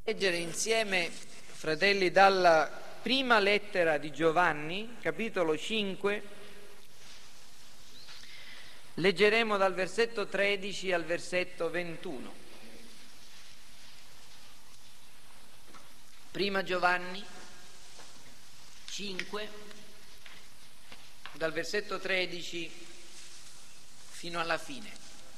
Leggere insieme, fratelli, dalla prima lettera di Giovanni, capitolo 5, leggeremo dal versetto 13 al versetto 21. Prima Giovanni 5, dal versetto 13 fino alla fine.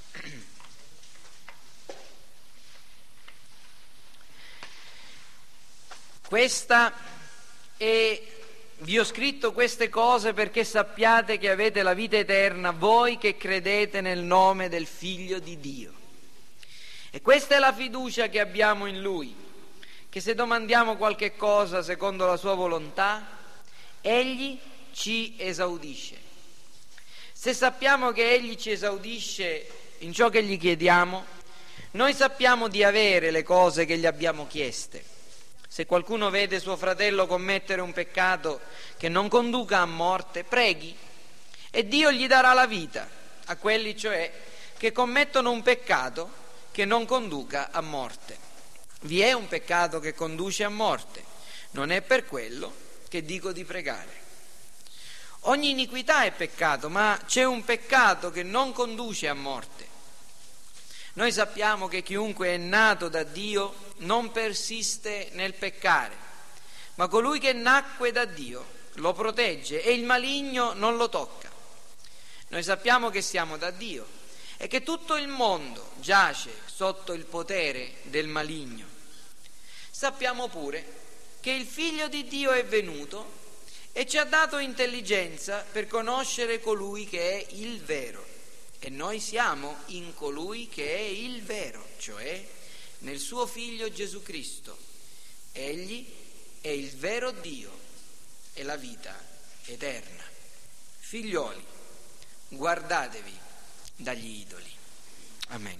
Vi ho scritto queste cose perché sappiate che avete la vita eterna, voi che credete nel nome del Figlio di Dio. E questa è la fiducia che abbiamo in Lui, che se domandiamo qualche cosa secondo la Sua volontà, Egli ci esaudisce. Se sappiamo che Egli ci esaudisce in ciò che gli chiediamo, noi sappiamo di avere le cose che gli abbiamo chieste. Se qualcuno vede suo fratello commettere un peccato che non conduca a morte, preghi e Dio gli darà la vita a quelli cioè che commettono un peccato che non conduca a morte. Vi è un peccato che conduce a morte, non è per quello che dico di pregare. Ogni iniquità è peccato, ma c'è un peccato che non conduce a morte. Noi sappiamo che chiunque è nato da Dio non persiste nel peccare, ma colui che nacque da Dio lo protegge e il maligno non lo tocca. Noi sappiamo che siamo da Dio e che tutto il mondo giace sotto il potere del maligno. Sappiamo pure che il Figlio di Dio è venuto e ci ha dato intelligenza per conoscere colui che è il vero. E noi siamo in colui che è il vero, cioè nel suo Figlio Gesù Cristo. Egli è il vero Dio e la vita eterna. Figlioli, guardatevi dagli idoli. Amen.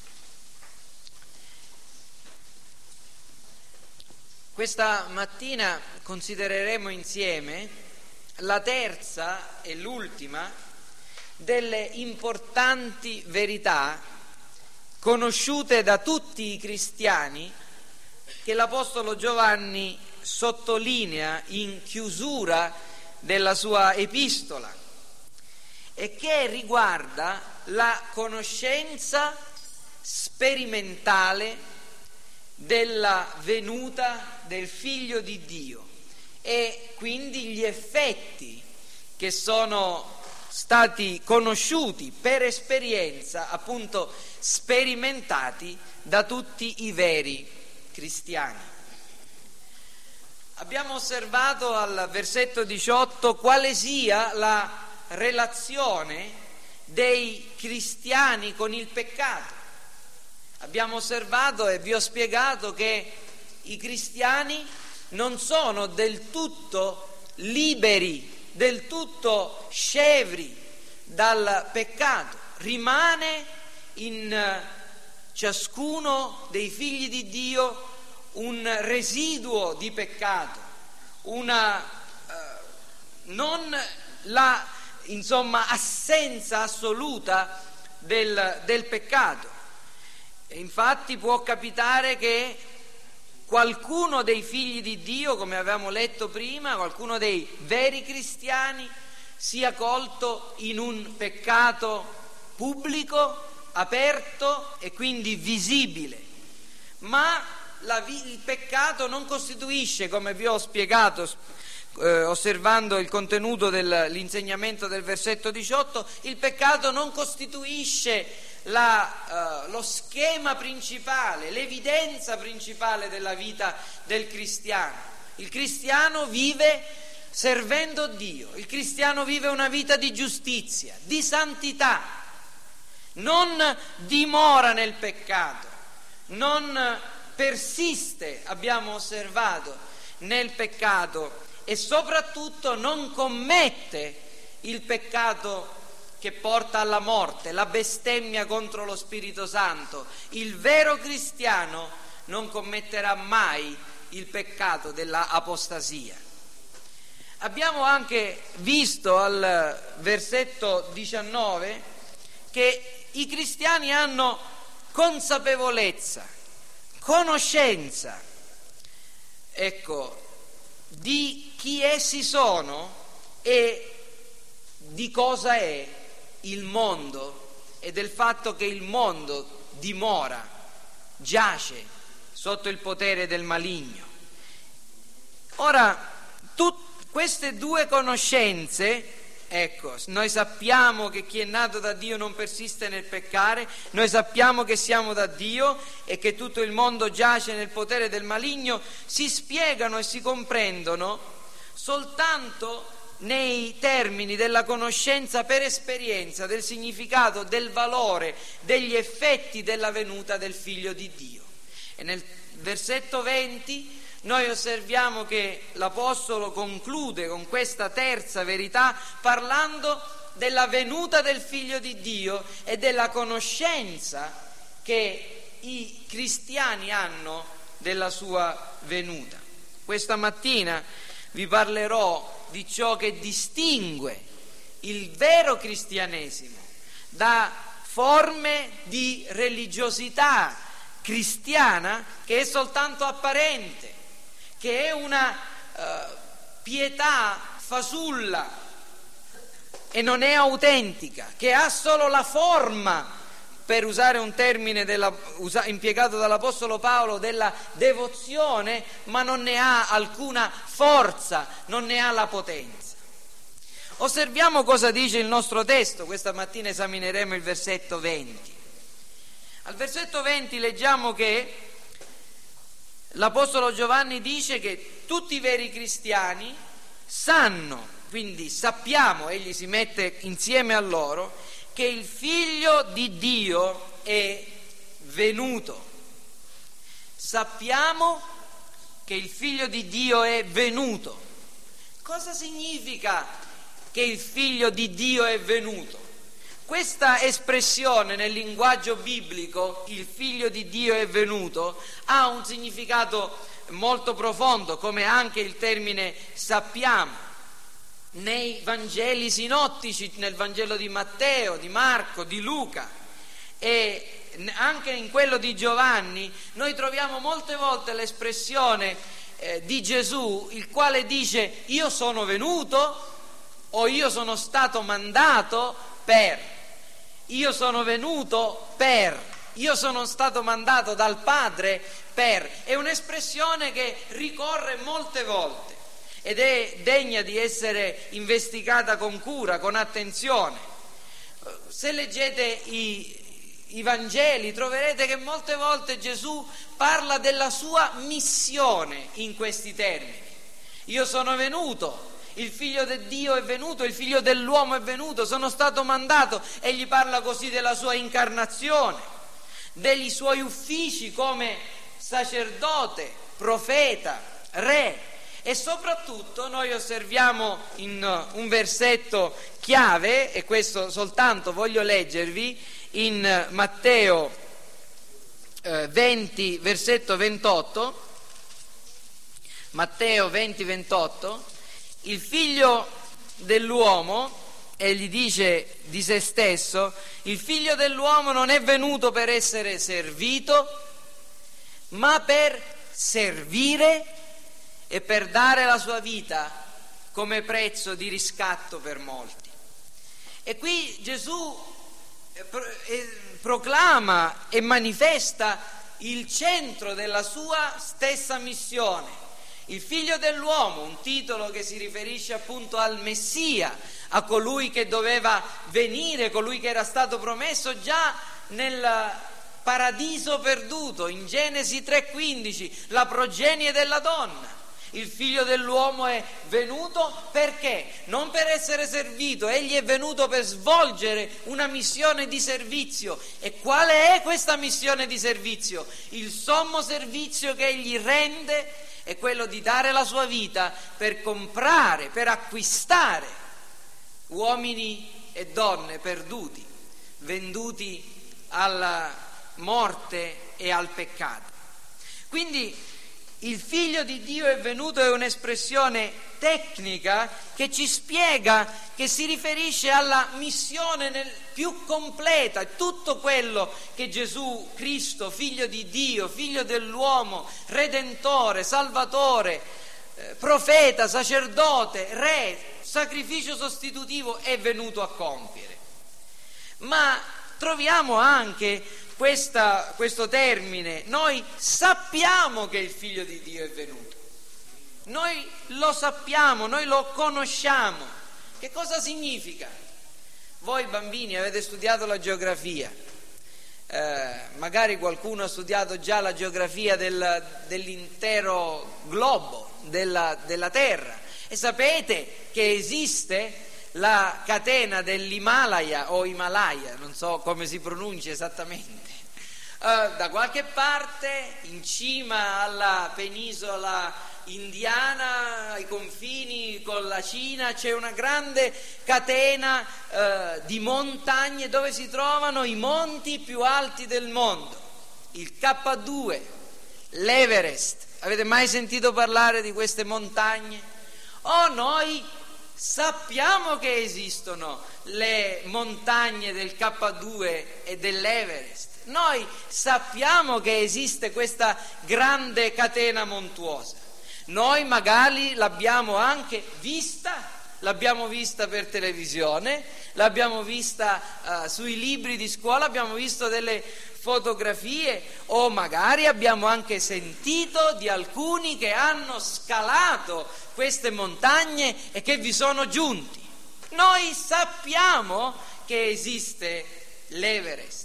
Questa mattina considereremo insieme la terza e l'ultima delle importanti verità conosciute da tutti i cristiani che l'Apostolo Giovanni sottolinea in chiusura della sua epistola e che riguarda la conoscenza sperimentale della venuta del Figlio di Dio e quindi gli effetti che sono stati conosciuti per esperienza, appunto sperimentati da tutti i veri cristiani. Abbiamo osservato al versetto 18 quale sia la relazione dei cristiani con il peccato. Abbiamo osservato e vi ho spiegato che i cristiani non sono del tutto liberi, del tutto scevri dal peccato. Rimane in ciascuno dei figli di Dio un residuo di peccato, non la assenza assoluta del peccato. E infatti può capitare che qualcuno dei figli di Dio, come avevamo letto prima, qualcuno dei veri cristiani sia colto in un peccato pubblico, aperto e quindi visibile, ma il peccato non costituisce, come vi ho spiegato osservando il contenuto dell'insegnamento del versetto 18, il peccato non costituisce lo schema principale, l'evidenza principale della vita del cristiano. Il cristiano vive servendo Dio, il cristiano vive una vita di giustizia, di santità, non dimora nel peccato, non persiste, abbiamo osservato, nel peccato e soprattutto non commette il peccato che porta alla morte, la bestemmia contro lo Spirito Santo. Il vero cristiano non commetterà mai il peccato della apostasia. Abbiamo anche visto al versetto 19 che i cristiani hanno consapevolezza, conoscenza di chi essi sono e di cosa è il mondo e del fatto che il mondo dimora, giace sotto il potere del maligno. Ora, queste due conoscenze, noi sappiamo che chi è nato da Dio non persiste nel peccare, noi sappiamo che siamo da Dio e che tutto il mondo giace nel potere del maligno, si spiegano e si comprendono soltanto nei termini della conoscenza per esperienza del significato, del valore, degli effetti della venuta del Figlio di Dio. E nel versetto 20 noi osserviamo che l'Apostolo conclude con questa terza verità parlando della venuta del Figlio di Dio e della conoscenza che i cristiani hanno della sua venuta. Questa mattina vi parlerò di ciò che distingue il vero cristianesimo da forme di religiosità cristiana che è soltanto apparente, che è una pietà fasulla e non è autentica, che ha solo la forma, per usare un termine impiegato dall'Apostolo Paolo, della devozione, ma non ne ha alcuna forza, non ne ha la potenza. Osserviamo cosa dice il nostro testo. Questa mattina esamineremo il versetto 20. Al versetto 20 leggiamo che l'Apostolo Giovanni dice che tutti i veri cristiani sanno, quindi sappiamo, egli si mette insieme a loro, che il Figlio di Dio è venuto. Sappiamo che il Figlio di Dio è venuto. Cosa significa che il Figlio di Dio è venuto? Questa espressione nel linguaggio biblico, il Figlio di Dio è venuto, ha un significato molto profondo, come anche il termine sappiamo. Nei Vangeli sinottici, nel Vangelo di Matteo, di Marco, di Luca e anche in quello di Giovanni, noi troviamo molte volte l'espressione di Gesù, il quale dice: io sono venuto, o io sono stato mandato per, io sono venuto per, io sono stato mandato dal Padre per. È un'espressione che ricorre molte volte ed è degna di essere investigata con cura, con attenzione. Se leggete i Vangeli troverete che molte volte Gesù parla della sua missione in questi termini. Io sono venuto, il Figlio di Dio è venuto, il Figlio dell'uomo è venuto, sono stato mandato. Egli parla così della sua incarnazione, degli suoi uffici come sacerdote, profeta, re. E soprattutto noi osserviamo in un versetto chiave, e questo soltanto voglio leggervi, in Matteo 20, versetto 28, Matteo 20, 28, il Figlio dell'uomo, egli dice di se stesso, il Figlio dell'uomo non è venuto per essere servito, ma per servire e per dare la sua vita come prezzo di riscatto per molti. E qui Gesù proclama e manifesta il centro della sua stessa missione. Il Figlio dell'uomo, un titolo che si riferisce appunto al Messia, a colui che doveva venire, colui che era stato promesso già nel paradiso perduto, in Genesi 3,15, la progenie della donna. Il Figlio dell'uomo è venuto perché? Non per essere servito, egli è venuto per svolgere una missione di servizio. E quale è questa missione di servizio? Il sommo servizio che egli rende è quello di dare la sua vita per comprare, per acquistare uomini e donne perduti, venduti alla morte e al peccato. Quindi Il Figlio di Dio è venuto è un'espressione tecnica che ci spiega, che si riferisce alla missione più completa, tutto quello che Gesù Cristo, Figlio di Dio, Figlio dell'uomo, Redentore, Salvatore, profeta, sacerdote, re, sacrificio sostitutivo è venuto a compiere. Ma troviamo anche questo termine: noi sappiamo che il Figlio di Dio è venuto, noi lo sappiamo, noi lo conosciamo. Che cosa significa? Voi bambini avete studiato la geografia, magari qualcuno ha studiato già la geografia dell'intero globo, della Terra, e sapete che esiste la catena dell'Himalaya o Himalaya, non so come si pronuncia esattamente, da qualche parte in cima alla penisola indiana, ai confini con la Cina, c'è una grande catena di montagne dove si trovano i monti più alti del mondo, il K2, l'Everest. Avete mai sentito parlare di queste montagne? Noi sappiamo che esistono le montagne del K2 e dell'Everest, noi sappiamo che esiste questa grande catena montuosa, noi magari l'abbiamo anche vista, l'abbiamo vista per televisione, l'abbiamo vista sui libri di scuola, abbiamo visto delle fotografie, o magari abbiamo anche sentito di alcuni che hanno scalato queste montagne e che vi sono giunti. Noi sappiamo che esiste l'Everest,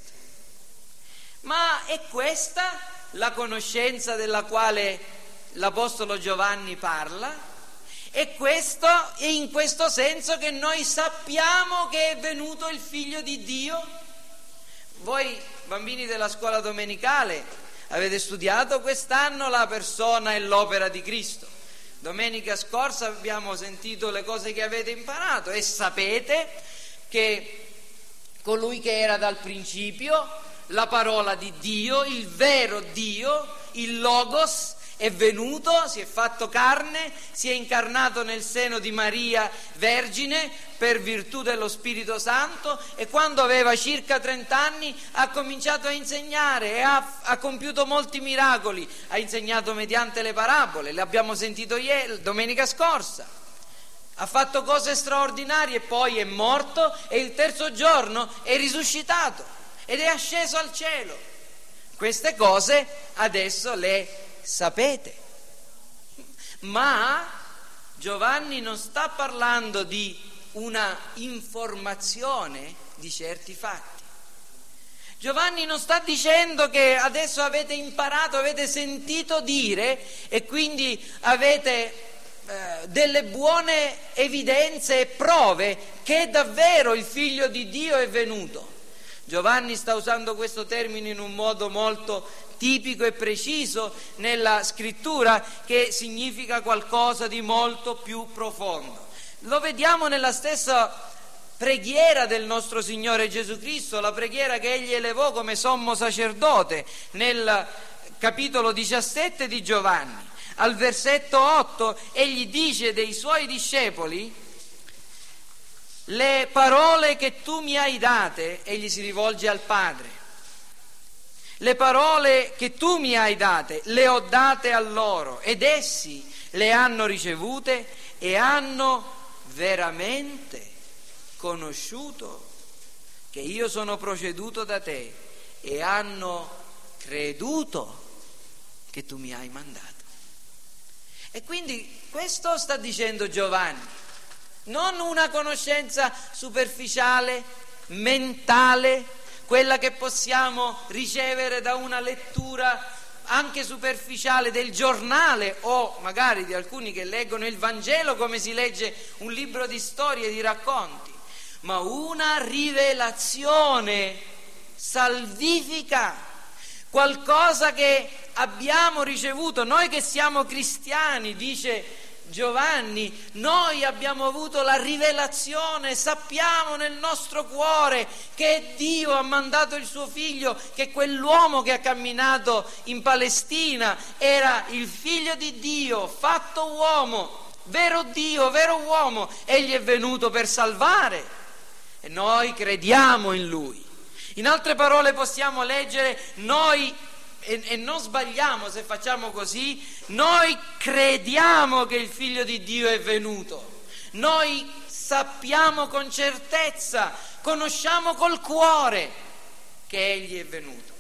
ma è questa la conoscenza della quale l'Apostolo Giovanni parla? È in questo senso che noi sappiamo che è venuto il Figlio di Dio? Voi bambini della scuola domenicale avete studiato quest'anno la persona e l'opera di Cristo. Domenica scorsa abbiamo sentito le cose che avete imparato e sapete che colui che era dal principio, la parola di Dio, il vero Dio, il Logos, è venuto, si è fatto carne, si è incarnato nel seno di Maria Vergine per virtù dello Spirito Santo, e quando aveva circa 30 anni ha cominciato a insegnare e ha compiuto molti miracoli, ha insegnato mediante le parabole, le abbiamo sentito domenica scorsa, ha fatto cose straordinarie e poi è morto e il terzo giorno è risuscitato ed è asceso al cielo. Queste cose adesso le sapete, ma Giovanni non sta parlando di una informazione di certi fatti. Giovanni non sta dicendo che adesso avete imparato, avete sentito dire e quindi avete delle buone evidenze e prove che davvero il Figlio di Dio è venuto. Giovanni sta usando questo termine in un modo molto tipico e preciso nella scrittura, che significa qualcosa di molto più profondo. Lo vediamo nella stessa preghiera del nostro Signore Gesù Cristo, la preghiera che egli elevò come sommo sacerdote nel capitolo 17 di Giovanni. Al versetto 8 egli dice dei suoi discepoli: le parole che tu mi hai date, egli si rivolge al Padre, le parole che tu mi hai date le ho date a loro ed essi le hanno ricevute e hanno veramente conosciuto che io sono proceduto da te e hanno creduto che tu mi hai mandato. E quindi questo sta dicendo Giovanni, non una conoscenza superficiale, mentale, quella che possiamo ricevere da una lettura anche superficiale del giornale o magari di alcuni che leggono il Vangelo come si legge un libro di storie e di racconti, ma una rivelazione salvifica, qualcosa che abbiamo ricevuto noi che siamo cristiani, dice Giovanni, noi abbiamo avuto la rivelazione, sappiamo nel nostro cuore che Dio ha mandato il suo figlio, che quell'uomo che ha camminato in Palestina era il figlio di Dio, fatto uomo, vero Dio, vero uomo. Egli è venuto per salvare e noi crediamo in Lui. In altre parole possiamo leggere, noi e non sbagliamo se facciamo così, noi crediamo che il figlio di Dio è venuto, noi sappiamo con certezza, conosciamo col cuore che egli è venuto.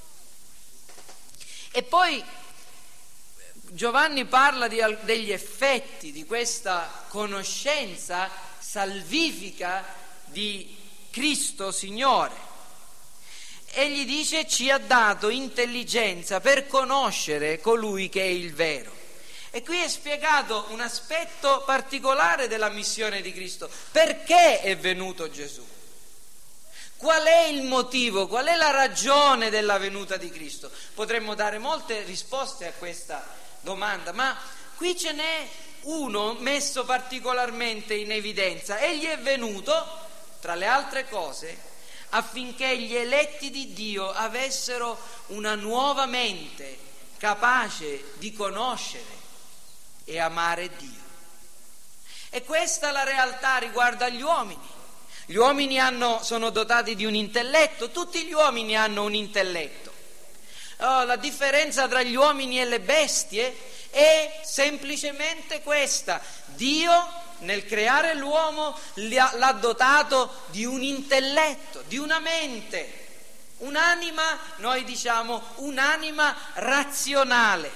E poi Giovanni parla degli effetti di questa conoscenza salvifica di Cristo Signore. Egli dice: ci ha dato intelligenza per conoscere colui che è il vero. E qui è spiegato un aspetto particolare della missione di Cristo. Perché è venuto Gesù? Qual è il motivo? Qual è la ragione della venuta di Cristo? Potremmo dare molte risposte a questa domanda, ma qui ce n'è uno messo particolarmente in evidenza. Egli è venuto, tra le altre cose, affinché gli eletti di Dio avessero una nuova mente capace di conoscere e amare Dio. E questa è la realtà riguardo agli uomini. Gli uomini sono dotati di un intelletto, tutti gli uomini hanno un intelletto. La differenza tra gli uomini e le bestie è semplicemente questa: Dio nel creare l'uomo l'ha dotato di un intelletto, di una mente, un'anima, noi diciamo un'anima razionale.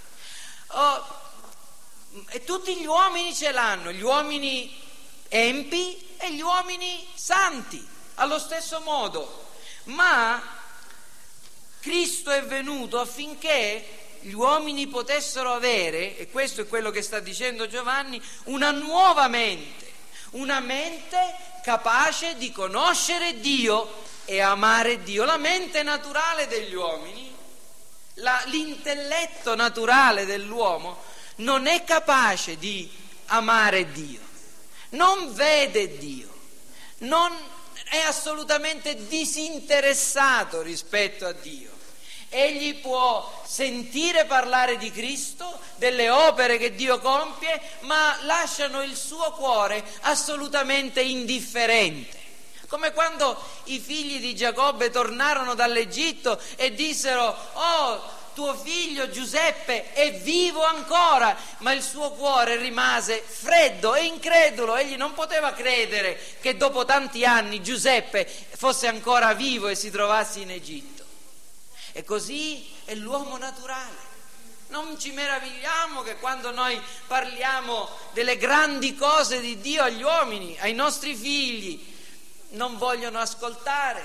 E tutti gli uomini ce l'hanno, gli uomini empi e gli uomini santi, allo stesso modo. Ma Cristo è venuto affinché gli uomini potessero avere, e questo è quello che sta dicendo Giovanni, una nuova mente, una mente capace di conoscere Dio e amare Dio. La mente naturale degli uomini, l'intelletto naturale dell'uomo non è capace di amare Dio, non vede Dio, non è assolutamente disinteressato rispetto a Dio. Egli può sentire parlare di Cristo, delle opere che Dio compie, ma lasciano il suo cuore assolutamente indifferente. Come quando i figli di Giacobbe tornarono dall'Egitto e dissero: «Oh, tuo figlio Giuseppe è vivo ancora», ma il suo cuore rimase freddo e incredulo. Egli non poteva credere che dopo tanti anni Giuseppe fosse ancora vivo e si trovasse in Egitto. E così è l'uomo naturale. Non ci meravigliamo che quando noi parliamo delle grandi cose di Dio agli uomini, ai nostri figli, non vogliono ascoltare,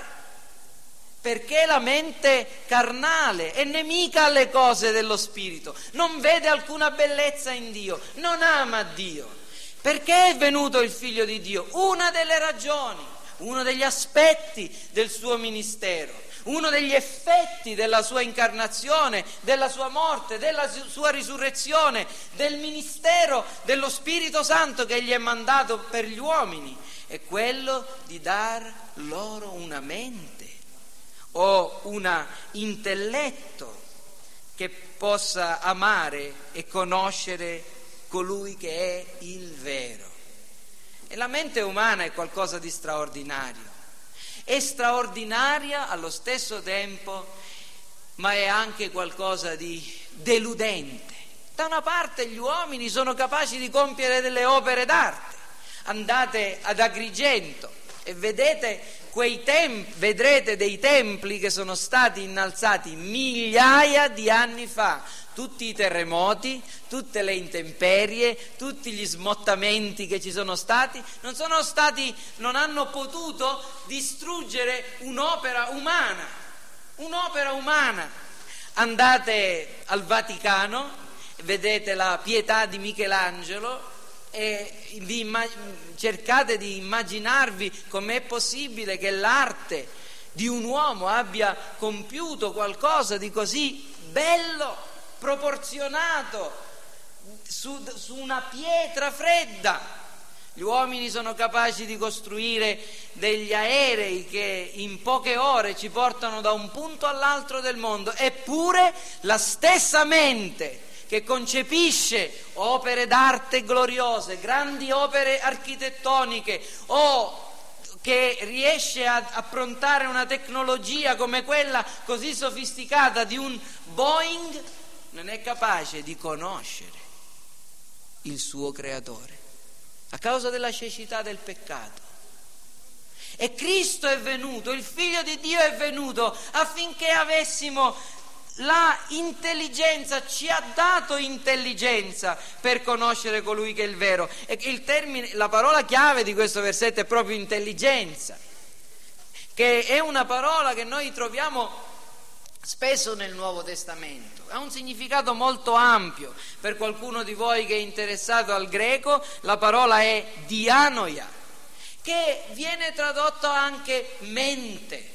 perché la mente carnale è nemica alle cose dello spirito, non vede alcuna bellezza in Dio, non ama Dio. Perché è venuto il Figlio di Dio? Una delle ragioni, uno degli aspetti del suo ministero, uno degli effetti della sua incarnazione, della sua morte, della sua risurrezione, del ministero dello Spirito Santo che gli è mandato per gli uomini, è quello di dar loro una mente o un intelletto che possa amare e conoscere colui che è il vero. E la mente umana è qualcosa di straordinario. È straordinaria allo stesso tempo, ma è anche qualcosa di deludente. Da una parte gli uomini sono capaci di compiere delle opere d'arte. Andate ad Agrigento e vedrete dei templi che sono stati innalzati migliaia di anni fa. Tutti i terremoti, tutte le intemperie, tutti gli smottamenti che ci sono stati non hanno potuto distruggere un'opera umana. Andate al Vaticano, vedete la Pietà di Michelangelo e cercate di immaginarvi com'è possibile che l'arte di un uomo abbia compiuto qualcosa di così bello, proporzionato, su una pietra fredda. Gli uomini sono capaci di costruire degli aerei che in poche ore ci portano da un punto all'altro del mondo, eppure la stessa mente che concepisce opere d'arte gloriose, grandi opere architettoniche, o che riesce a approntare una tecnologia come quella così sofisticata di un Boeing, non è capace di conoscere il suo creatore a causa della cecità del peccato. E Cristo è venuto, il Figlio di Dio è venuto affinché avessimo la intelligenza, ci ha dato intelligenza per conoscere colui che è il vero. E la parola chiave di questo versetto è proprio intelligenza, che è una parola che noi troviamo spesso nel Nuovo Testamento. Ha un significato molto ampio. Per qualcuno di voi che è interessato al greco, la parola è dianoia, che viene tradotto anche mente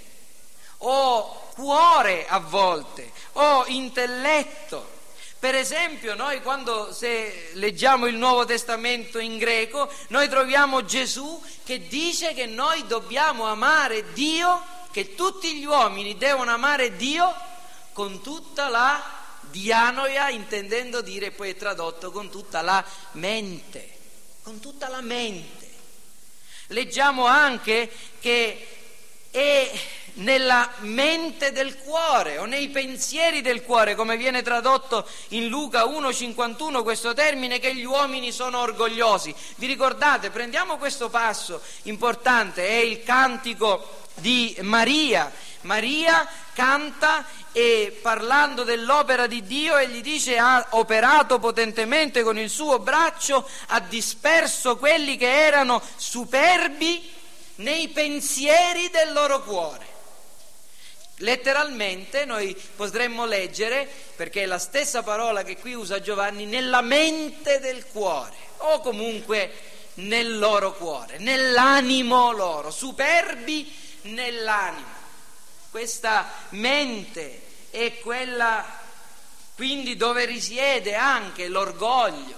o cuore a volte, o intelletto. Per esempio, noi se leggiamo il Nuovo Testamento in greco, noi troviamo Gesù che dice che noi dobbiamo amare Dio, che tutti gli uomini devono amare Dio con tutta la dianoia, intendendo dire, poi è tradotto, con tutta la mente, con tutta la mente. Leggiamo anche che è nella mente del cuore o nei pensieri del cuore, come viene tradotto in Luca 1,51 questo termine, che gli uomini sono orgogliosi. Vi ricordate? Prendiamo questo passo importante, è il cantico di Maria. Maria canta e parlando dell'opera di Dio egli dice: ha operato potentemente con il suo braccio, ha disperso quelli che erano superbi nei pensieri del loro cuore. Letteralmente noi potremmo leggere, perché è la stessa parola che qui usa Giovanni, nella mente del cuore, o comunque nel loro cuore, nell'animo loro, superbi nell'animo. Questa mente è quella quindi dove risiede anche l'orgoglio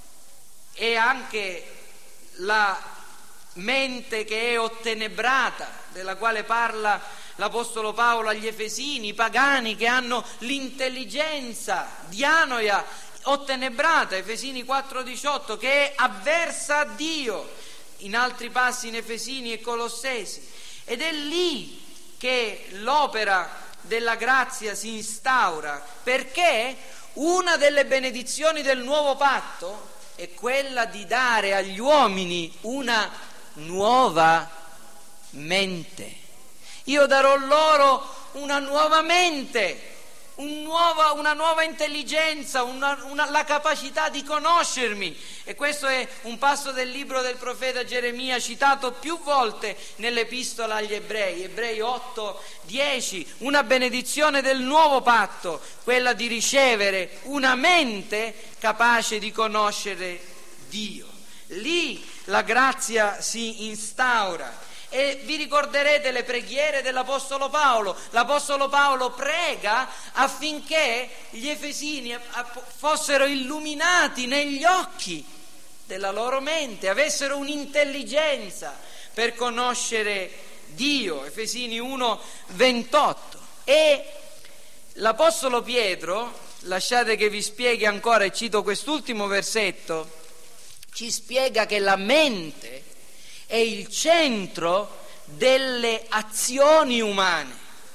e anche la mente che è ottenebrata, della quale parla l'Apostolo Paolo agli Efesini, i pagani che hanno l'intelligenza dianoia ottenebrata, Efesini 4,18, che è avversa a Dio, in altri passi in Efesini e Colossesi. Ed è lì che l'opera della grazia si instaura, perché una delle benedizioni del nuovo patto è quella di dare agli uomini una nuova mente. Io darò loro una nuova mente, una nuova intelligenza, la capacità di conoscermi. E questo è un passo del libro del profeta Geremia, citato più volte nell'epistola agli Ebrei, Ebrei 8:10, una benedizione del nuovo patto, quella di ricevere una mente capace di conoscere Dio. Lì la grazia si instaura. E vi ricorderete le preghiere dell'Apostolo Paolo. L'Apostolo Paolo prega affinché gli Efesini fossero illuminati negli occhi della loro mente, avessero un'intelligenza per conoscere Dio. Efesini 1:28. E l'Apostolo Pietro, lasciate che vi spieghi ancora e cito quest'ultimo versetto, ci spiega che la mente è il centro delle azioni umane,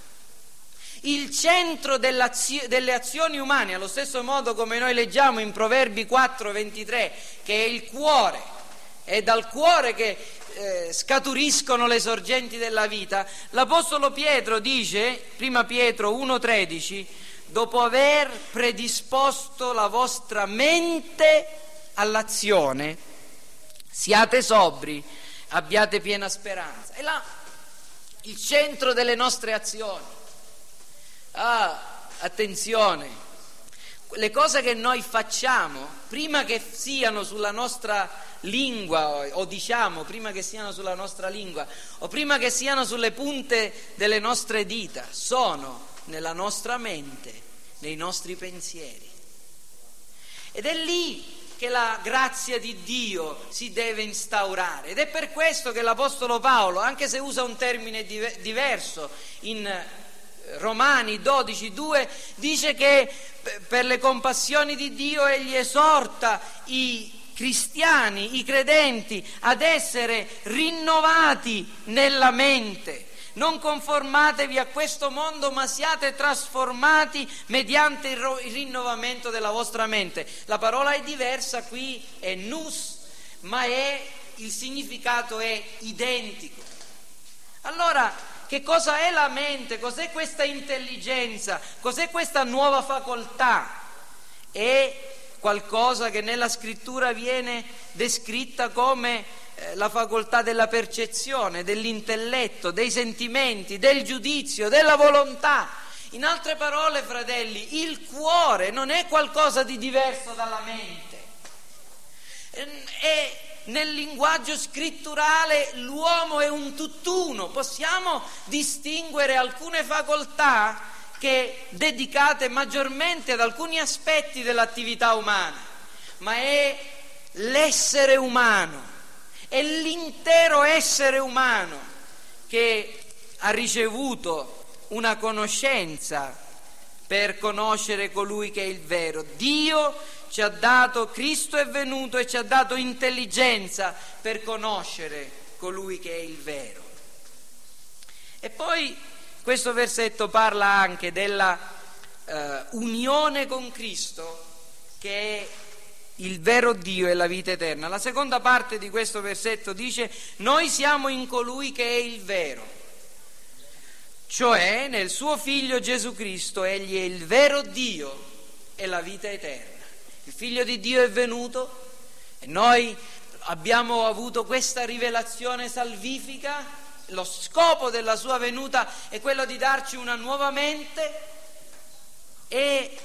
il centro delle azioni umane, allo stesso modo come noi leggiamo in Proverbi 4:23, che è il cuore, è dal cuore che scaturiscono le sorgenti della vita. L'Apostolo Pietro dice, prima Pietro 1:13, dopo aver predisposto la vostra mente all'azione, siate sobri, abbiate piena speranza. È là il centro delle nostre azioni. Attenzione, le cose che noi facciamo, prima che siano sulla nostra lingua, o diciamo prima che siano sulla nostra lingua, o prima che siano sulle punte delle nostre dita, sono nella nostra mente, nei nostri pensieri. Ed è lì che la grazia di Dio si deve instaurare. Ed è per questo che l'Apostolo Paolo, anche se usa un termine diverso, in Romani 12:2 dice che per le compassioni di Dio egli esorta i cristiani, i credenti, ad essere rinnovati nella mente. Non conformatevi a questo mondo, ma siate trasformati mediante il rinnovamento della vostra mente. La parola è diversa, qui è nous, ma il significato è identico. Allora, che cosa è la mente? Cos'è questa intelligenza? Cos'è questa nuova facoltà? È qualcosa che nella scrittura viene descritta come la facoltà della percezione, dell'intelletto, dei sentimenti, del giudizio, della volontà. In altre parole, fratelli, il cuore non è qualcosa di diverso dalla mente. Nel linguaggio scritturale l'uomo è un tutt'uno. Possiamo distinguere alcune facoltà che dedicate maggiormente ad alcuni aspetti dell'attività umana, ma è l'essere umano, è l'intero essere umano che ha ricevuto una conoscenza per conoscere colui che è il vero. Dio ci ha dato, Cristo è venuto e ci ha dato intelligenza per conoscere colui che è il vero. E poi questo versetto parla anche della unione con Cristo, che è il vero Dio e la vita eterna. La seconda parte di questo versetto dice: noi siamo in colui che è il vero, cioè nel suo Figlio Gesù Cristo. Egli è il vero Dio e la vita eterna. Il Figlio di Dio è venuto e noi abbiamo avuto questa rivelazione salvifica. Lo scopo della sua venuta è quello di darci una nuova mente, e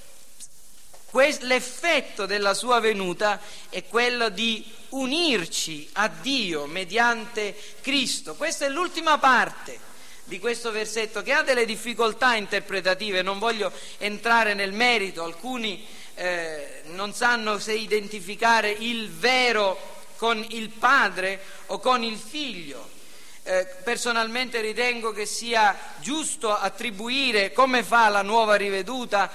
l'effetto della sua venuta è quello di unirci a Dio mediante Cristo. Questa è l'ultima parte di questo versetto, che ha delle difficoltà interpretative. Non voglio entrare nel merito. Alcuni non sanno se identificare il vero con il Padre o con il Figlio. Personalmente ritengo che sia giusto attribuire, come fa la nuova riveduta,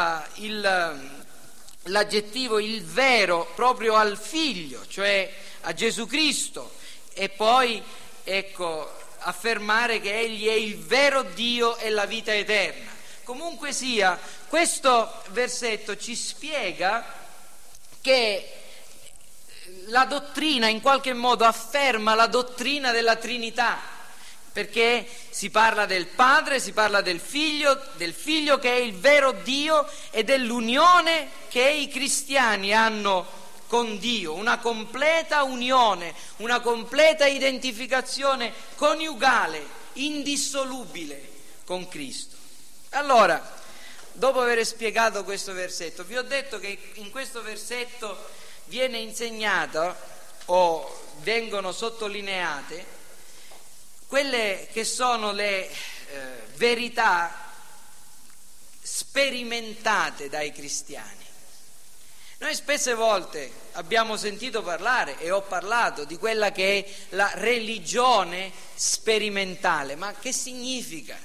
l'aggettivo il vero proprio al Figlio, cioè a Gesù Cristo, e poi affermare che egli è il vero Dio e la vita eterna. Comunque sia, questo versetto ci spiega che la dottrina in qualche modo afferma la dottrina della Trinità, perché si parla del Padre, si parla del Figlio che è il vero Dio e dell'unione che i cristiani hanno con Dio, una completa unione, una completa identificazione coniugale, indissolubile con Cristo. Allora, dopo aver spiegato questo versetto, vi ho detto che in questo versetto viene insegnata o vengono sottolineate quelle che sono le verità sperimentate dai cristiani. Noi spesse volte abbiamo sentito parlare, e ho parlato, di quella che è la religione sperimentale. Ma che significa?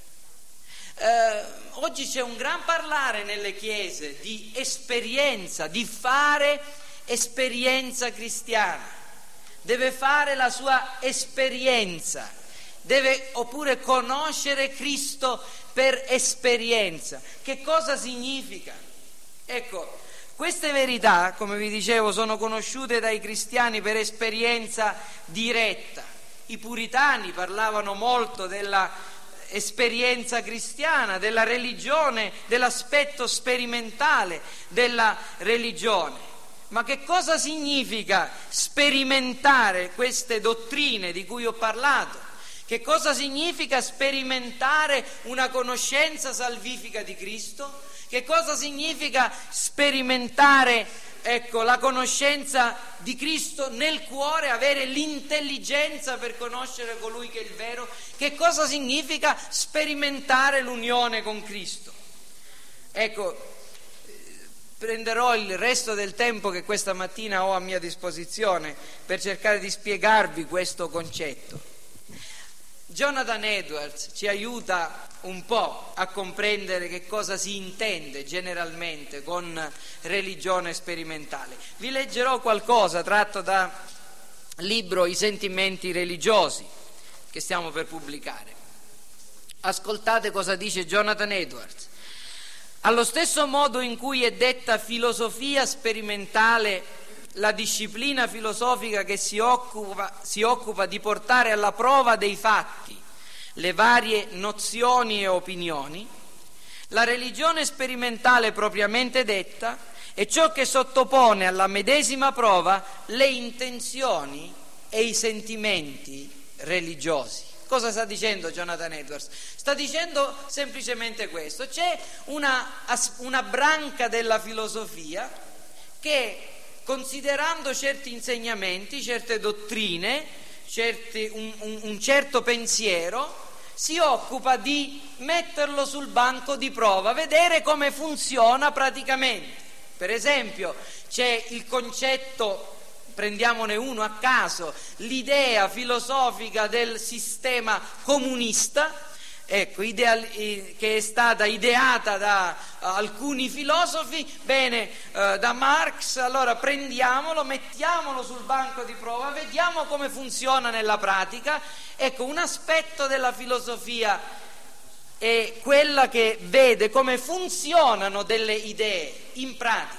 Oggi c'è un gran parlare nelle chiese di esperienza, di fare esperienza cristiana. Deve fare la sua esperienza, deve oppure conoscere Cristo per esperienza. Che cosa significa? Ecco, queste verità, come vi dicevo, sono conosciute dai cristiani per esperienza diretta. I puritani parlavano molto della esperienza cristiana, della religione, dell'aspetto sperimentale della religione. Ma che cosa significa sperimentare queste dottrine di cui ho parlato? Che cosa significa sperimentare una conoscenza salvifica di Cristo? Che cosa significa sperimentare, la conoscenza di Cristo nel cuore, avere l'intelligenza per conoscere colui che è il vero? Che cosa significa sperimentare l'unione con Cristo? Prenderò il resto del tempo che questa mattina ho a mia disposizione per cercare di spiegarvi questo concetto. Jonathan Edwards ci aiuta un po' a comprendere che cosa si intende generalmente con religione sperimentale. Vi leggerò qualcosa tratto dal libro I sentimenti religiosi che stiamo per pubblicare. Ascoltate cosa dice Jonathan Edwards. Allo stesso modo in cui è detta filosofia sperimentale la disciplina filosofica che si occupa di portare alla prova dei fatti le varie nozioni e opinioni, la religione sperimentale propriamente detta è ciò che sottopone alla medesima prova le intenzioni e i sentimenti religiosi. Cosa sta dicendo Jonathan Edwards? Sta dicendo semplicemente questo: c'è una branca della filosofia che, considerando certi insegnamenti, certe dottrine, un certo pensiero, si occupa di metterlo sul banco di prova, vedere come funziona praticamente. Per esempio, c'è il concetto, prendiamone uno a caso, l'idea filosofica del sistema comunista, ecco, che è stata ideata da alcuni filosofi, da Marx. Allora prendiamolo, mettiamolo sul banco di prova, vediamo come funziona nella pratica. Ecco, un aspetto della filosofia è quella che vede come funzionano delle idee in pratica.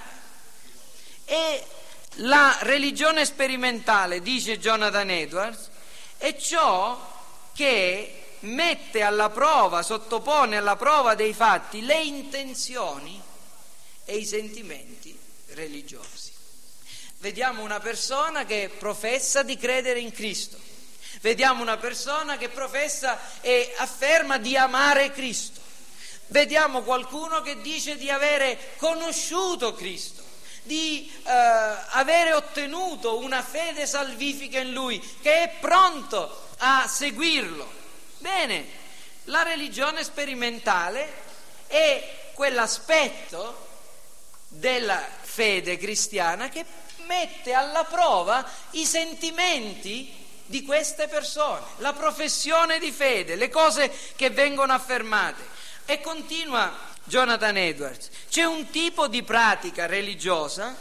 E la religione sperimentale, dice Jonathan Edwards, è ciò che mette alla prova, sottopone alla prova dei fatti le intenzioni e i sentimenti religiosi. Vediamo una persona che professa di credere in Cristo, vediamo una persona che professa e afferma di amare Cristo, vediamo qualcuno che dice di avere conosciuto Cristo, di avere ottenuto una fede salvifica in Lui, che è pronto a seguirlo. Bene, la religione sperimentale è quell'aspetto della fede cristiana che mette alla prova i sentimenti di queste persone, la professione di fede, le cose che vengono affermate. E continua Jonathan Edwards: c'è un tipo di pratica religiosa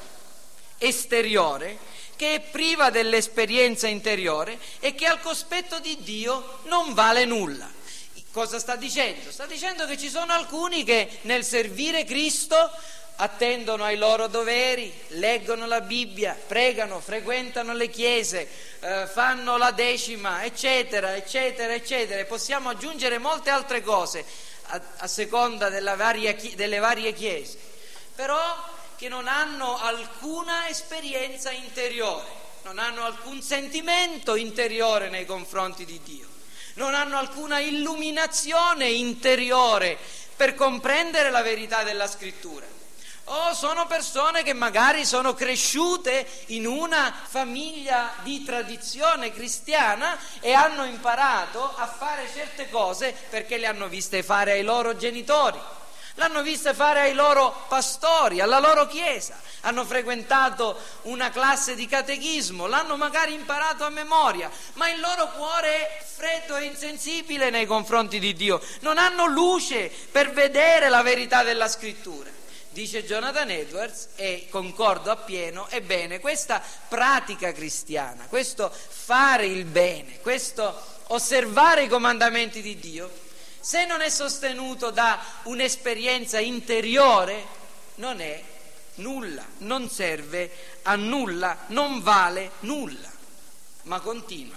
esteriore che è priva dell'esperienza interiore e che al cospetto di Dio non vale nulla. Cosa sta dicendo? Sta dicendo che ci sono alcuni che nel servire Cristo attendono ai loro doveri, leggono la Bibbia, pregano, frequentano le chiese, fanno la decima, eccetera, eccetera, eccetera. E possiamo aggiungere molte altre cose a seconda delle varie chiese, però che non hanno alcuna esperienza interiore, non hanno alcun sentimento interiore nei confronti di Dio, non hanno alcuna illuminazione interiore per comprendere la verità della Scrittura. O sono persone che magari sono cresciute in una famiglia di tradizione cristiana e hanno imparato a fare certe cose perché le hanno viste fare ai loro genitori, l'hanno viste fare ai loro pastori, alla loro chiesa, hanno frequentato una classe di catechismo, l'hanno magari imparato a memoria, ma il loro cuore è freddo e insensibile nei confronti di Dio, non hanno luce per vedere la verità della Scrittura. Dice Jonathan Edwards, e concordo appieno, ebbene, questa pratica cristiana, questo fare il bene, questo osservare i comandamenti di Dio, se non è sostenuto da un'esperienza interiore, non è nulla, non serve a nulla, non vale nulla. Ma continua.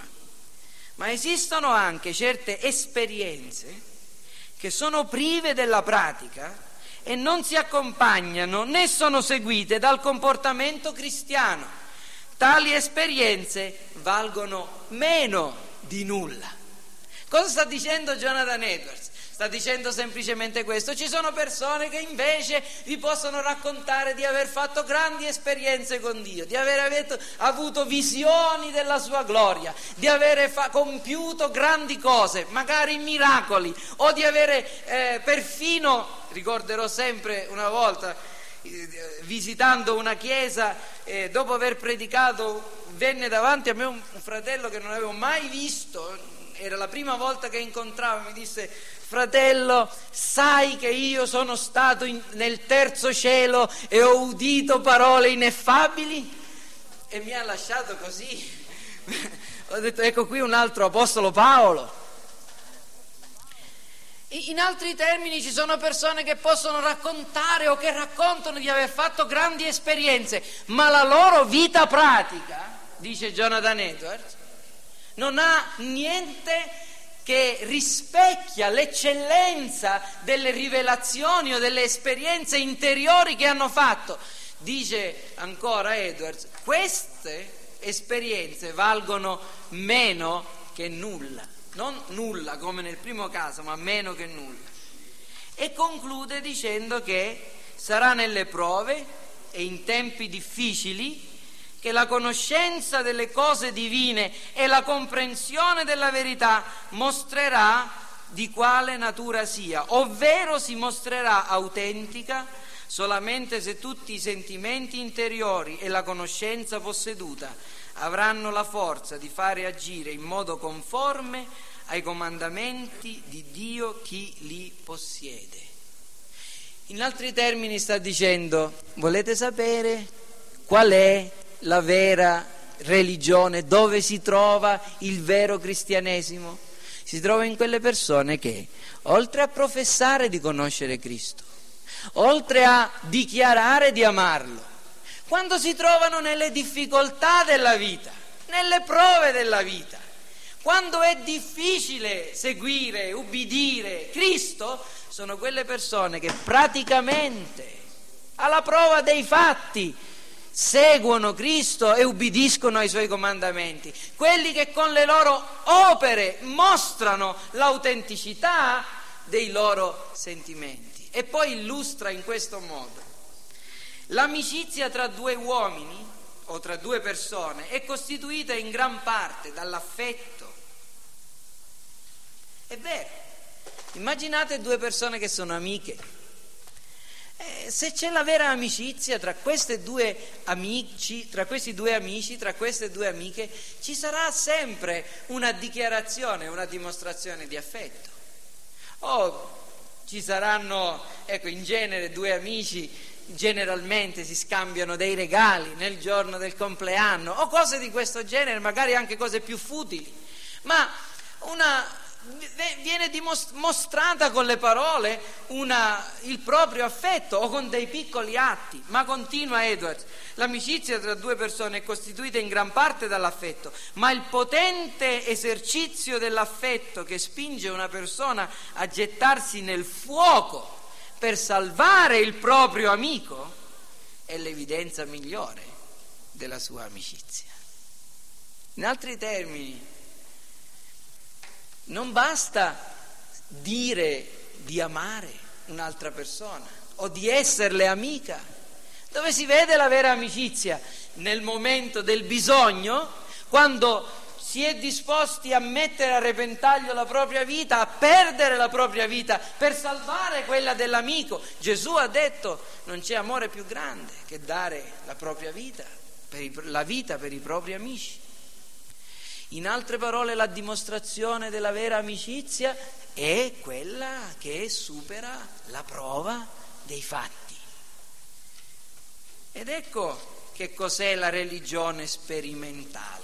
Ma esistono anche certe esperienze che sono prive della pratica e non si accompagnano né sono seguite dal comportamento cristiano. Tali esperienze valgono meno di nulla. Cosa sta dicendo Jonathan Edwards? Sta dicendo semplicemente questo: ci sono persone che invece vi possono raccontare di aver fatto grandi esperienze con Dio, di aver avuto visioni della sua gloria, di avere compiuto grandi cose, magari miracoli, o di avere perfino, ricorderò sempre una volta visitando una chiesa, dopo aver predicato, venne davanti a me un fratello che non avevo mai visto, era la prima volta che incontravo, mi disse: fratello, sai che io sono stato nel terzo cielo e ho udito parole ineffabili? E mi ha lasciato così. Ho detto: ecco qui un altro apostolo Paolo. In altri termini, ci sono persone che possono raccontare o che raccontano di aver fatto grandi esperienze, ma la loro vita pratica, dice Jonathan Edwards, non ha niente che rispecchia l'eccellenza delle rivelazioni o delle esperienze interiori che hanno fatto. Dice ancora Edwards: queste esperienze valgono meno che nulla. Non nulla come nel primo caso, ma meno che nulla. E conclude dicendo che sarà nelle prove e in tempi difficili che la conoscenza delle cose divine e la comprensione della verità mostrerà di quale natura sia, ovvero si mostrerà autentica solamente se tutti i sentimenti interiori e la conoscenza posseduta avranno la forza di fare agire in modo conforme ai comandamenti di Dio chi li possiede. In altri termini sta dicendo: volete sapere qual è la vera religione, dove si trova il vero cristianesimo? Si trova in quelle persone che, oltre a professare di conoscere Cristo, oltre a dichiarare di amarlo, quando si trovano nelle difficoltà della vita, nelle prove della vita, quando è difficile seguire, ubbidire Cristo, sono quelle persone che praticamente, alla prova dei fatti, seguono Cristo e ubbidiscono ai Suoi comandamenti, quelli che con le loro opere mostrano l'autenticità dei loro sentimenti. E poi illustra in questo modo: l'amicizia tra due uomini o tra due persone è costituita in gran parte dall'affetto. È vero, immaginate due persone che sono amiche. Se c'è la vera amicizia tra questi due amici, tra queste due amiche, ci sarà sempre una dichiarazione, una dimostrazione di affetto. O ci saranno, in genere due amici generalmente si scambiano dei regali nel giorno del compleanno o cose di questo genere, magari anche cose più futili, ma viene dimostrata con le parole il proprio affetto o con dei piccoli atti. Ma continua Edwards: l'amicizia tra due persone è costituita in gran parte dall'affetto, ma il potente esercizio dell'affetto che spinge una persona a gettarsi nel fuoco per salvare il proprio amico è l'evidenza migliore della sua amicizia. In altri termini, non basta dire di amare un'altra persona o di esserle amica. Dove si vede la vera amicizia? Nel momento del bisogno, quando si è disposti a mettere a repentaglio la propria vita, a perdere la propria vita per salvare quella dell'amico. Gesù ha detto: non c'è amore più grande che dare la propria vita, la vita per i propri amici. In altre parole, la dimostrazione della vera amicizia è quella che supera la prova dei fatti. Ed ecco che cos'è la religione sperimentale.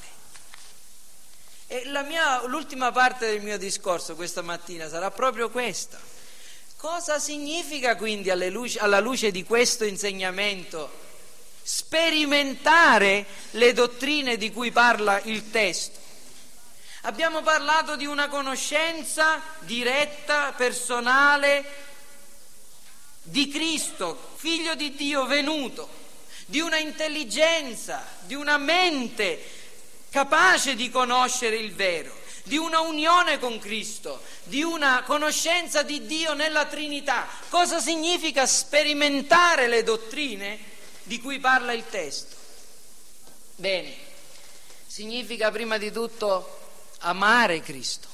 E l'ultima parte del mio discorso questa mattina sarà proprio questa. Cosa significa quindi, alla luce di questo insegnamento, sperimentare le dottrine di cui parla il testo? Abbiamo parlato di una conoscenza diretta, personale, di Cristo, Figlio di Dio venuto, di una intelligenza, di una mente capace di conoscere il vero, di una unione con Cristo, di una conoscenza di Dio nella Trinità. Cosa significa sperimentare le dottrine di cui parla il testo? Bene, significa prima di tutto amare Cristo,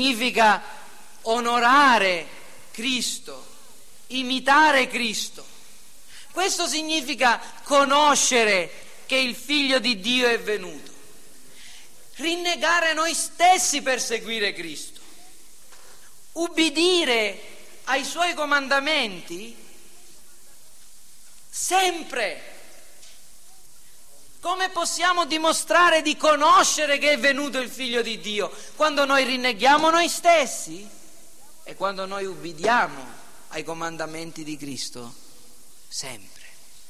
significa onorare Cristo, imitare Cristo, Questo significa conoscere che il Figlio di Dio è venuto, rinnegare noi stessi per seguire Cristo, ubbidire ai Suoi comandamenti sempre. Come possiamo dimostrare di conoscere che è venuto il Figlio di Dio? Quando noi rinneghiamo noi stessi e quando noi ubbidiamo ai comandamenti di Cristo, sempre.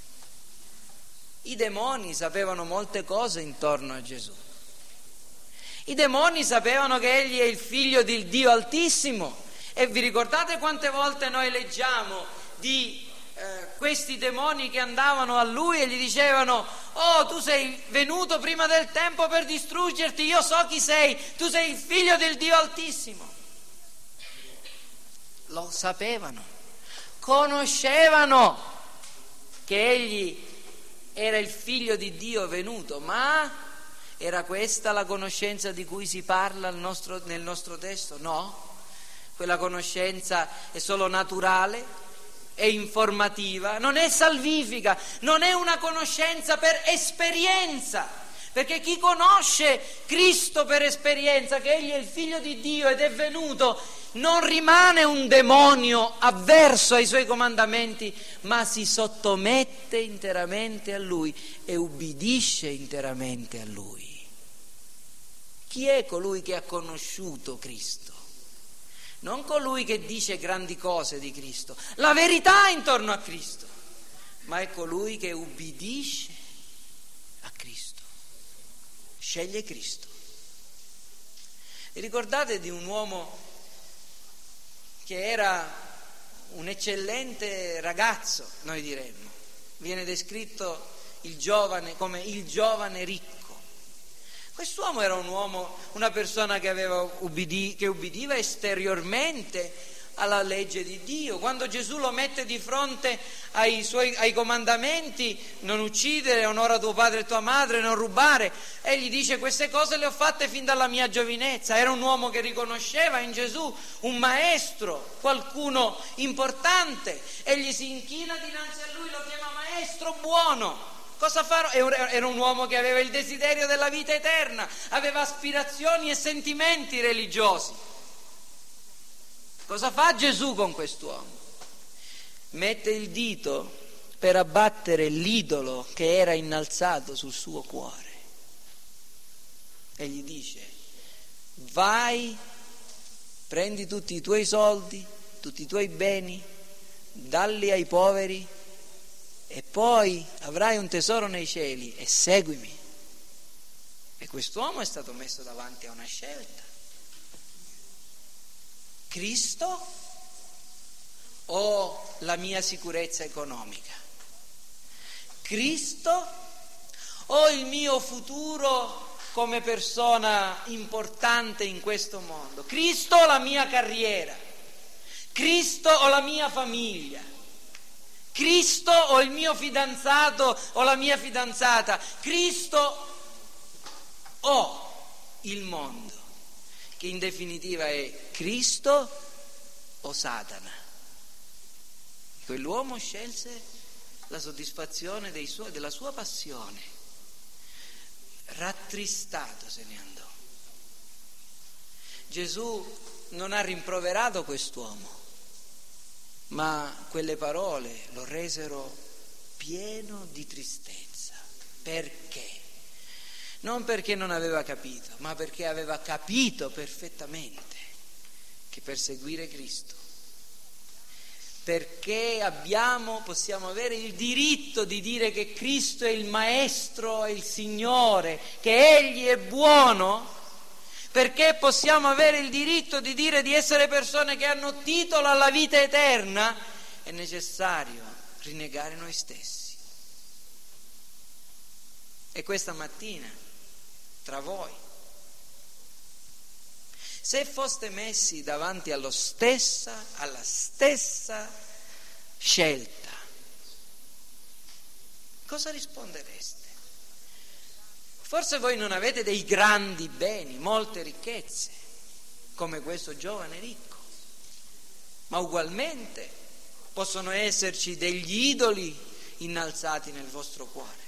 I demoni sapevano molte cose intorno a Gesù. I demoni sapevano che Egli è il Figlio del Dio Altissimo. E vi ricordate quante volte noi leggiamo di questi demoni che andavano a Lui e gli dicevano: oh, tu sei venuto prima del tempo per distruggerti, io so chi sei, tu sei il Figlio del Dio Altissimo. Lo sapevano, conoscevano che Egli era il Figlio di Dio venuto, ma era questa la conoscenza di cui si parla nel nostro testo? No, quella conoscenza è solo naturale, è informativa, non è salvifica, non è una conoscenza per esperienza, perché chi conosce Cristo per esperienza, che Egli è il Figlio di Dio ed è venuto, non rimane un demonio avverso ai Suoi comandamenti, ma si sottomette interamente a Lui e ubbidisce interamente a Lui. Chi è colui che ha conosciuto Cristo? Non colui che dice grandi cose di Cristo, la verità intorno a Cristo, ma è colui che ubbidisce a Cristo, sceglie Cristo. Vi ricordate di un uomo che era un eccellente ragazzo, noi diremmo, viene descritto il giovane come il giovane ricco. Quest'uomo era un uomo, una persona che ubbidiva esteriormente alla legge di Dio. Quando Gesù lo mette di fronte ai comandamenti, non uccidere, onora tuo padre e tua madre, non rubare, egli dice: queste cose le ho fatte fin dalla mia giovinezza. Era un uomo che riconosceva in Gesù un maestro, qualcuno importante. Egli si inchina dinanzi a lui, lo chiama maestro buono. Cosa farò? Era un uomo che aveva il desiderio della vita eterna, aveva aspirazioni e sentimenti religiosi. Cosa fa Gesù con quest'uomo? Mette il dito per abbattere l'idolo che era innalzato sul suo cuore e gli dice: vai, prendi tutti i tuoi soldi, tutti i tuoi beni, dalli ai poveri, e poi avrai un tesoro nei cieli e seguimi. E quest'uomo è stato messo davanti a una scelta: Cristo o la mia sicurezza economica? Cristo o il mio futuro come persona importante in questo mondo? Cristo o la mia carriera? Cristo o la mia famiglia? Cristo o il mio fidanzato o la mia fidanzata? Cristo o il mondo, che in definitiva è Cristo o Satana? Quell'uomo scelse la soddisfazione della sua passione, rattristato se ne andò. Gesù non ha rimproverato quest'uomo, ma quelle parole lo resero pieno di tristezza. Perché? Non perché non aveva capito, ma perché aveva capito perfettamente che per seguire Cristo, perché possiamo avere il diritto di dire che Cristo è il Maestro, è il Signore, che Egli è buono, perché possiamo avere il diritto di dire di essere persone che hanno titolo alla vita eterna, è necessario rinnegare noi stessi. E questa mattina, tra voi, se foste messi davanti alla stessa scelta, cosa rispondereste? Forse voi non avete dei grandi beni, molte ricchezze, come questo giovane ricco, ma ugualmente possono esserci degli idoli innalzati nel vostro cuore.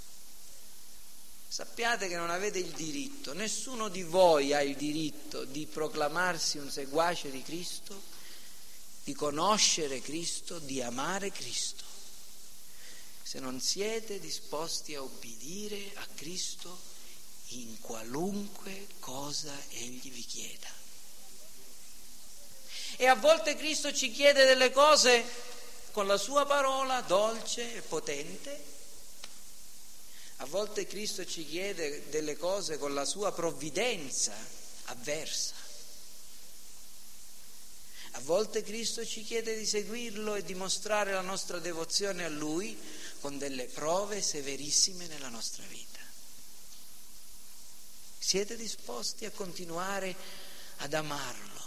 Sappiate che non avete il diritto, nessuno di voi ha il diritto di proclamarsi un seguace di Cristo, di conoscere Cristo, di amare Cristo, se non siete disposti a obbedire a Cristo in qualunque cosa Egli vi chieda. E a volte Cristo ci chiede delle cose con la sua parola dolce e potente, a volte Cristo ci chiede delle cose con la sua provvidenza avversa. A volte Cristo ci chiede di seguirlo e dimostrare la nostra devozione a Lui con delle prove severissime nella nostra vita. Siete disposti a continuare ad amarlo,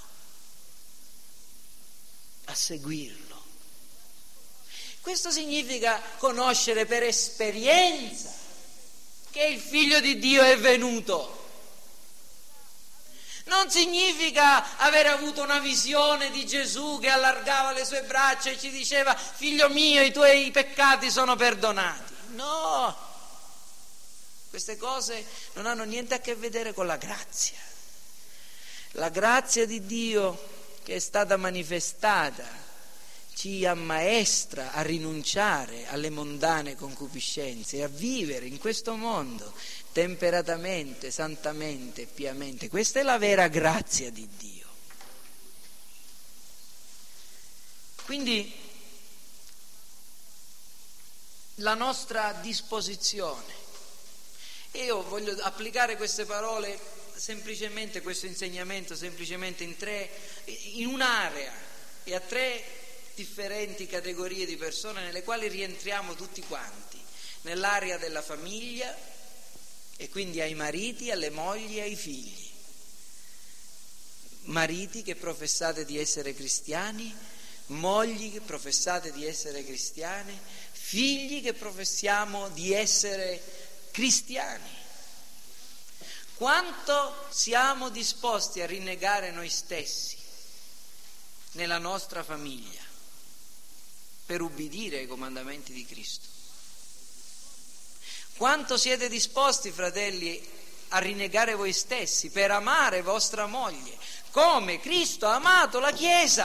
a seguirlo? Questo significa conoscere per esperienza che il Figlio di Dio è venuto. Non significa aver avuto una visione di Gesù che allargava le sue braccia e ci diceva: figlio mio, i tuoi peccati sono perdonati. No, queste cose non hanno niente a che vedere con la grazia. La grazia di Dio che è stata manifestata ci ammaestra a rinunciare alle mondane concupiscenze e a vivere in questo mondo temperatamente, santamente, piamente. Questa è la vera grazia di Dio. Quindi la nostra disposizione, e io voglio applicare queste parole semplicemente, questo insegnamento semplicemente in un'area e a tre differenti categorie di persone nelle quali rientriamo tutti quanti: nell'area della famiglia, e quindi ai mariti, alle mogli e ai figli. Mariti che professate di essere cristiani, mogli che professate di essere cristiane, figli che professiamo di essere cristiani. Quanto siamo disposti a rinnegare noi stessi nella nostra famiglia per ubbidire ai comandamenti di Cristo? Quanto siete disposti, fratelli, a rinnegare voi stessi per amare vostra moglie come Cristo ha amato la Chiesa,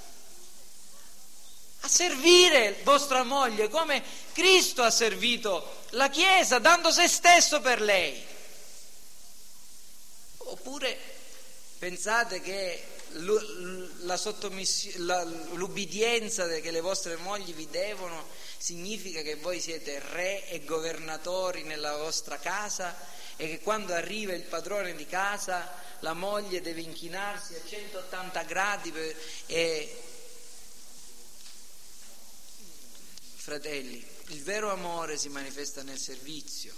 a servire vostra moglie come Cristo ha servito la Chiesa, dando se stesso per lei? Oppure pensate che l'ubbidienza che le vostre mogli vi devono significa che voi siete re e governatori nella vostra casa e che quando arriva il padrone di casa la moglie deve inchinarsi a 180 gradi Fratelli, il vero amore si manifesta nel servizio.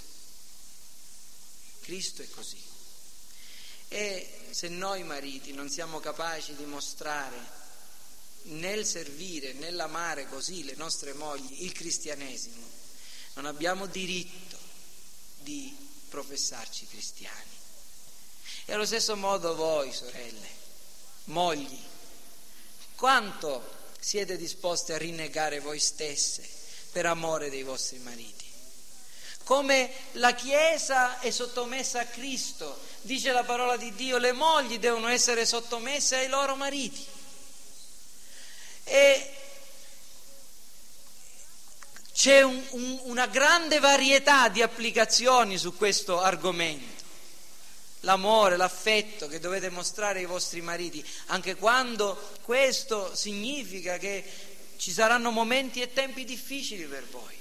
Cristo è così. E se noi mariti non siamo capaci di mostrare nel servire, nell'amare così le nostre mogli il cristianesimo, non abbiamo diritto di professarci cristiani. E allo stesso modo voi, sorelle, mogli, quanto siete disposte a rinnegare voi stesse per amore dei vostri mariti? Come la Chiesa è sottomessa a Cristo, dice la parola di Dio, le mogli devono essere sottomesse ai loro mariti. E c'è una grande varietà di applicazioni su questo argomento. L'amore, l'affetto che dovete mostrare ai vostri mariti, anche quando questo significa che ci saranno momenti e tempi difficili per voi.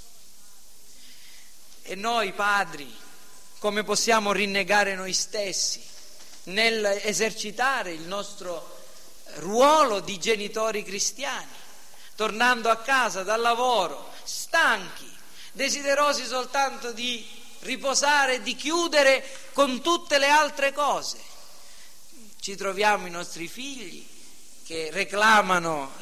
E noi padri, come possiamo rinnegare noi stessi nell'esercitare il nostro ruolo di genitori cristiani, tornando a casa dal lavoro, stanchi, desiderosi soltanto di riposare e di chiudere con tutte le altre cose? Ci troviamo i nostri figli che reclamano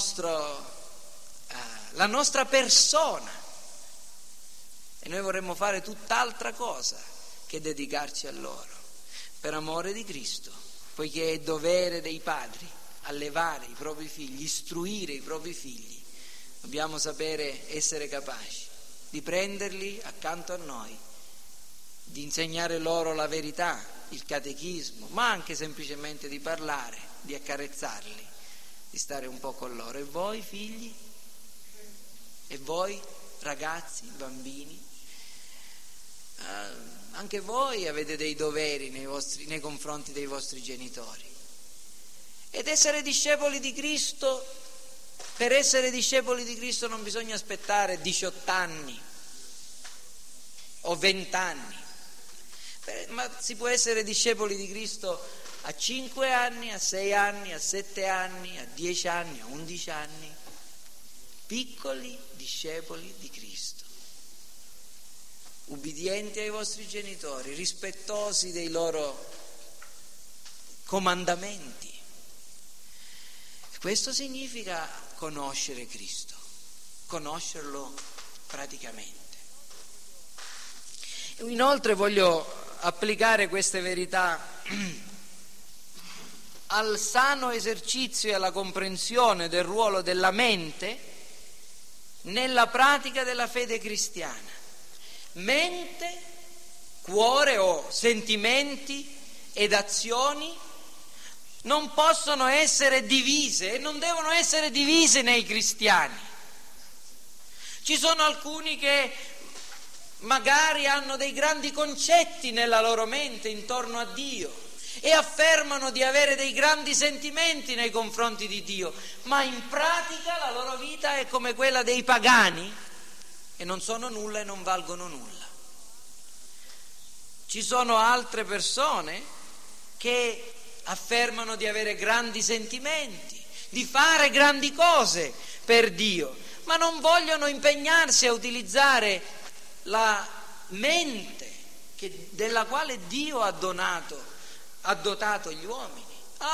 la nostra persona e noi vorremmo fare tutt'altra cosa che dedicarci a loro, per amore di Cristo, poiché è dovere dei padri allevare i propri figli, istruire i propri figli Dobbiamo sapere essere capaci di prenderli accanto a noi, di insegnare loro la verità, il catechismo, ma anche semplicemente di parlare, di accarezzarli, di stare un po' con loro. E voi figli? E voi ragazzi, bambini? Anche voi avete dei doveri nei confronti dei vostri genitori. Ed essere discepoli di Cristo, per essere discepoli di Cristo non bisogna aspettare 18 anni o 20 anni, ma si può essere discepoli di Cristo a 5 anni, a 6 anni, a 7 anni, a 10 anni, a 11 anni, piccoli discepoli di Cristo, ubbidienti ai vostri genitori, rispettosi dei loro comandamenti. Questo significa conoscere Cristo, conoscerlo praticamente. Inoltre voglio applicare queste verità al sano esercizio e alla comprensione del ruolo della mente nella pratica della fede cristiana. Mente, cuore o sentimenti ed azioni non possono essere divise e non devono essere divise nei cristiani. Ci sono alcuni che magari hanno dei grandi concetti nella loro mente intorno a Dio e affermano di avere dei grandi sentimenti nei confronti di Dio, ma in pratica la loro vita è come quella dei pagani e non sono nulla e non valgono nulla. Ci sono altre persone che affermano di avere grandi sentimenti, di fare grandi cose per Dio, ma non vogliono impegnarsi a utilizzare la mente della quale Dio ha dotato gli uomini.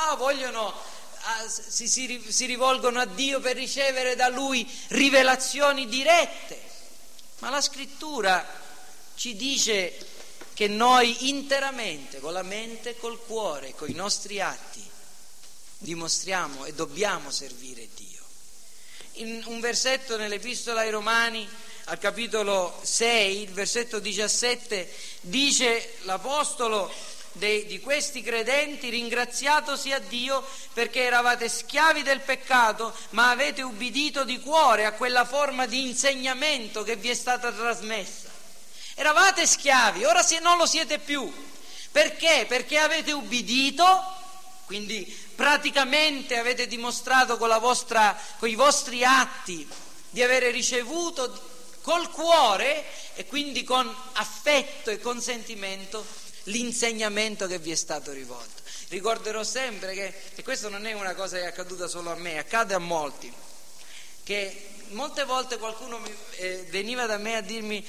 Si rivolgono a Dio per ricevere da Lui rivelazioni dirette, ma la Scrittura ci dice che noi interamente, con la mente e col cuore, con i nostri atti, dimostriamo e dobbiamo servire Dio. In un versetto nell'Epistola ai Romani, al capitolo 6, il versetto 17, dice l'Apostolo di questi credenti: ringraziato sia Dio perché eravate schiavi del peccato, ma avete ubbidito di cuore a quella forma di insegnamento che vi è stata trasmessa. Eravate schiavi, ora non lo siete più. Perché? Perché avete ubbidito, quindi praticamente avete dimostrato con i vostri atti di avere ricevuto col cuore e quindi con affetto e consentimento l'insegnamento che vi è stato rivolto. Ricorderò sempre che questo non è una cosa che è accaduta solo a me, accade a molti, che molte volte qualcuno veniva da me a dirmi: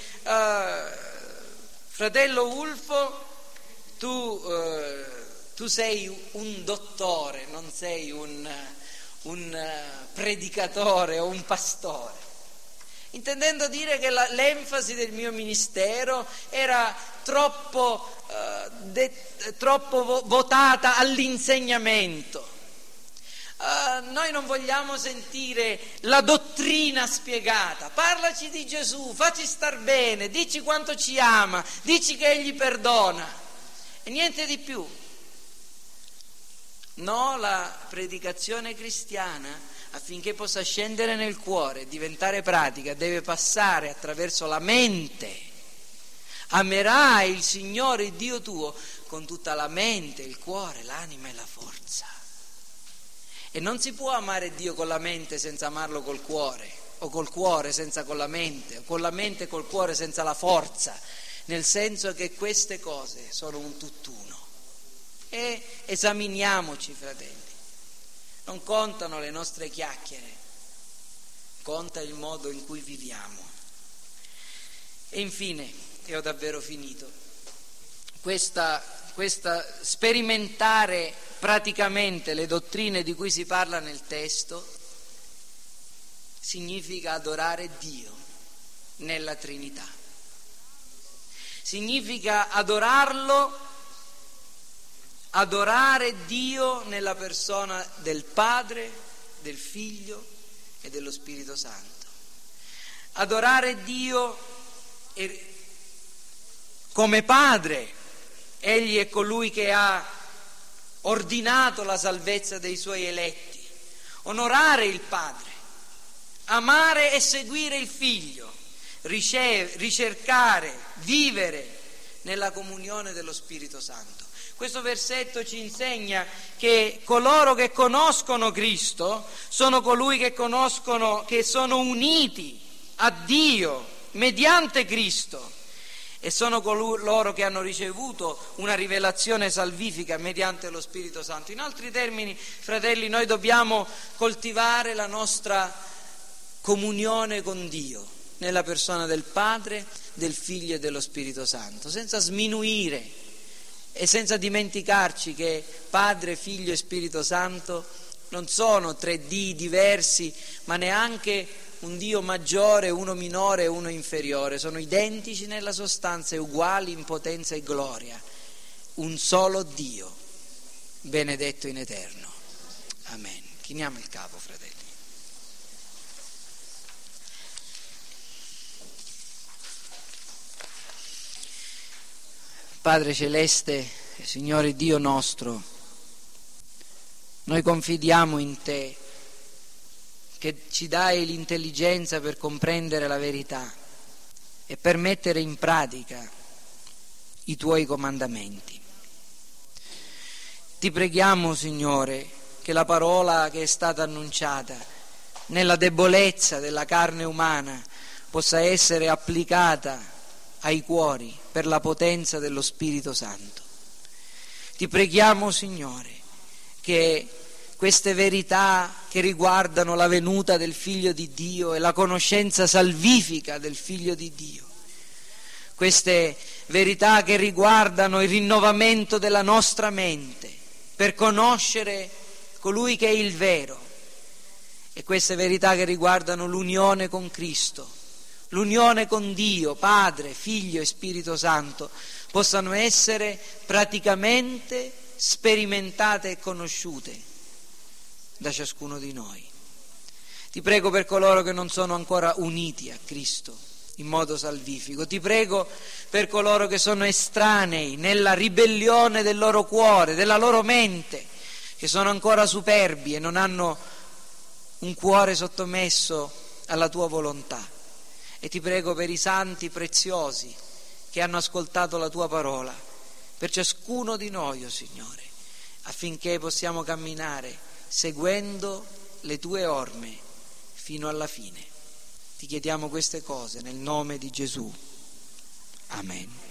fratello Ulfo, tu sei un dottore, non sei un predicatore o un pastore, intendendo dire che l'enfasi del mio ministero era troppo votata all'insegnamento. Noi non vogliamo sentire la dottrina spiegata. Parlaci di Gesù, facci star bene, dici quanto ci ama, dici che Egli perdona e niente di più. No, la predicazione cristiana, affinché possa scendere nel cuore e diventare pratica, deve passare attraverso la mente. Amerai il Signore Dio tuo con tutta la mente, il cuore, l'anima e la forza. E non si può amare Dio con la mente senza amarlo col cuore, o col cuore senza con la mente, o con la mente e col cuore senza la forza, nel senso che queste cose sono un tutt'uno. E esaminiamoci, fratelli, non contano le nostre chiacchiere, conta il modo in cui viviamo. E infine, e ho davvero finito, questa sperimentare praticamente le dottrine di cui si parla nel testo significa adorare Dio nella Trinità, significa adorare Dio nella persona del Padre, del Figlio e dello Spirito Santo. Adorare Dio come Padre. Egli è colui che ha ordinato la salvezza dei Suoi eletti. Onorare il Padre, amare e seguire il Figlio, ricercare, vivere nella comunione dello Spirito Santo. Questo versetto ci insegna che coloro che conoscono Cristo sono colui che sono uniti a Dio mediante Cristo, e sono coloro che hanno ricevuto una rivelazione salvifica mediante lo Spirito Santo. In altri termini, fratelli, noi dobbiamo coltivare la nostra comunione con Dio nella persona del Padre, del Figlio e dello Spirito Santo, senza sminuire e senza dimenticarci che Padre, Figlio e Spirito Santo non sono 3D diversi, ma neanche un Dio maggiore, uno minore e uno inferiore. Sono identici nella sostanza e uguali in potenza e gloria. Un solo Dio, benedetto in eterno. Amen. Chiniamo il capo, fratelli. Padre Celeste, Signore Dio nostro, noi confidiamo in Te, che ci dai l'intelligenza per comprendere la verità e per mettere in pratica i Tuoi comandamenti. Ti preghiamo, Signore, che la parola che è stata annunciata nella debolezza della carne umana possa essere applicata ai cuori per la potenza dello Spirito Santo. Ti preghiamo, Signore, che queste verità che riguardano la venuta del Figlio di Dio e la conoscenza salvifica del Figlio di Dio, queste verità che riguardano il rinnovamento della nostra mente per conoscere colui che è il vero, e queste verità che riguardano l'unione con Cristo, l'unione con Dio, Padre, Figlio e Spirito Santo, possano essere praticamente sperimentate e conosciute da ciascuno di noi. Ti prego per coloro che non sono ancora uniti a Cristo in modo salvifico. Ti prego per coloro che sono estranei nella ribellione del loro cuore, della loro mente, che sono ancora superbi e non hanno un cuore sottomesso alla Tua volontà. E ti prego per i santi preziosi che hanno ascoltato la Tua parola, per ciascuno di noi, oh Signore, affinché possiamo camminare seguendo le Tue orme fino alla fine. Ti chiediamo queste cose nel nome di Gesù. Amen.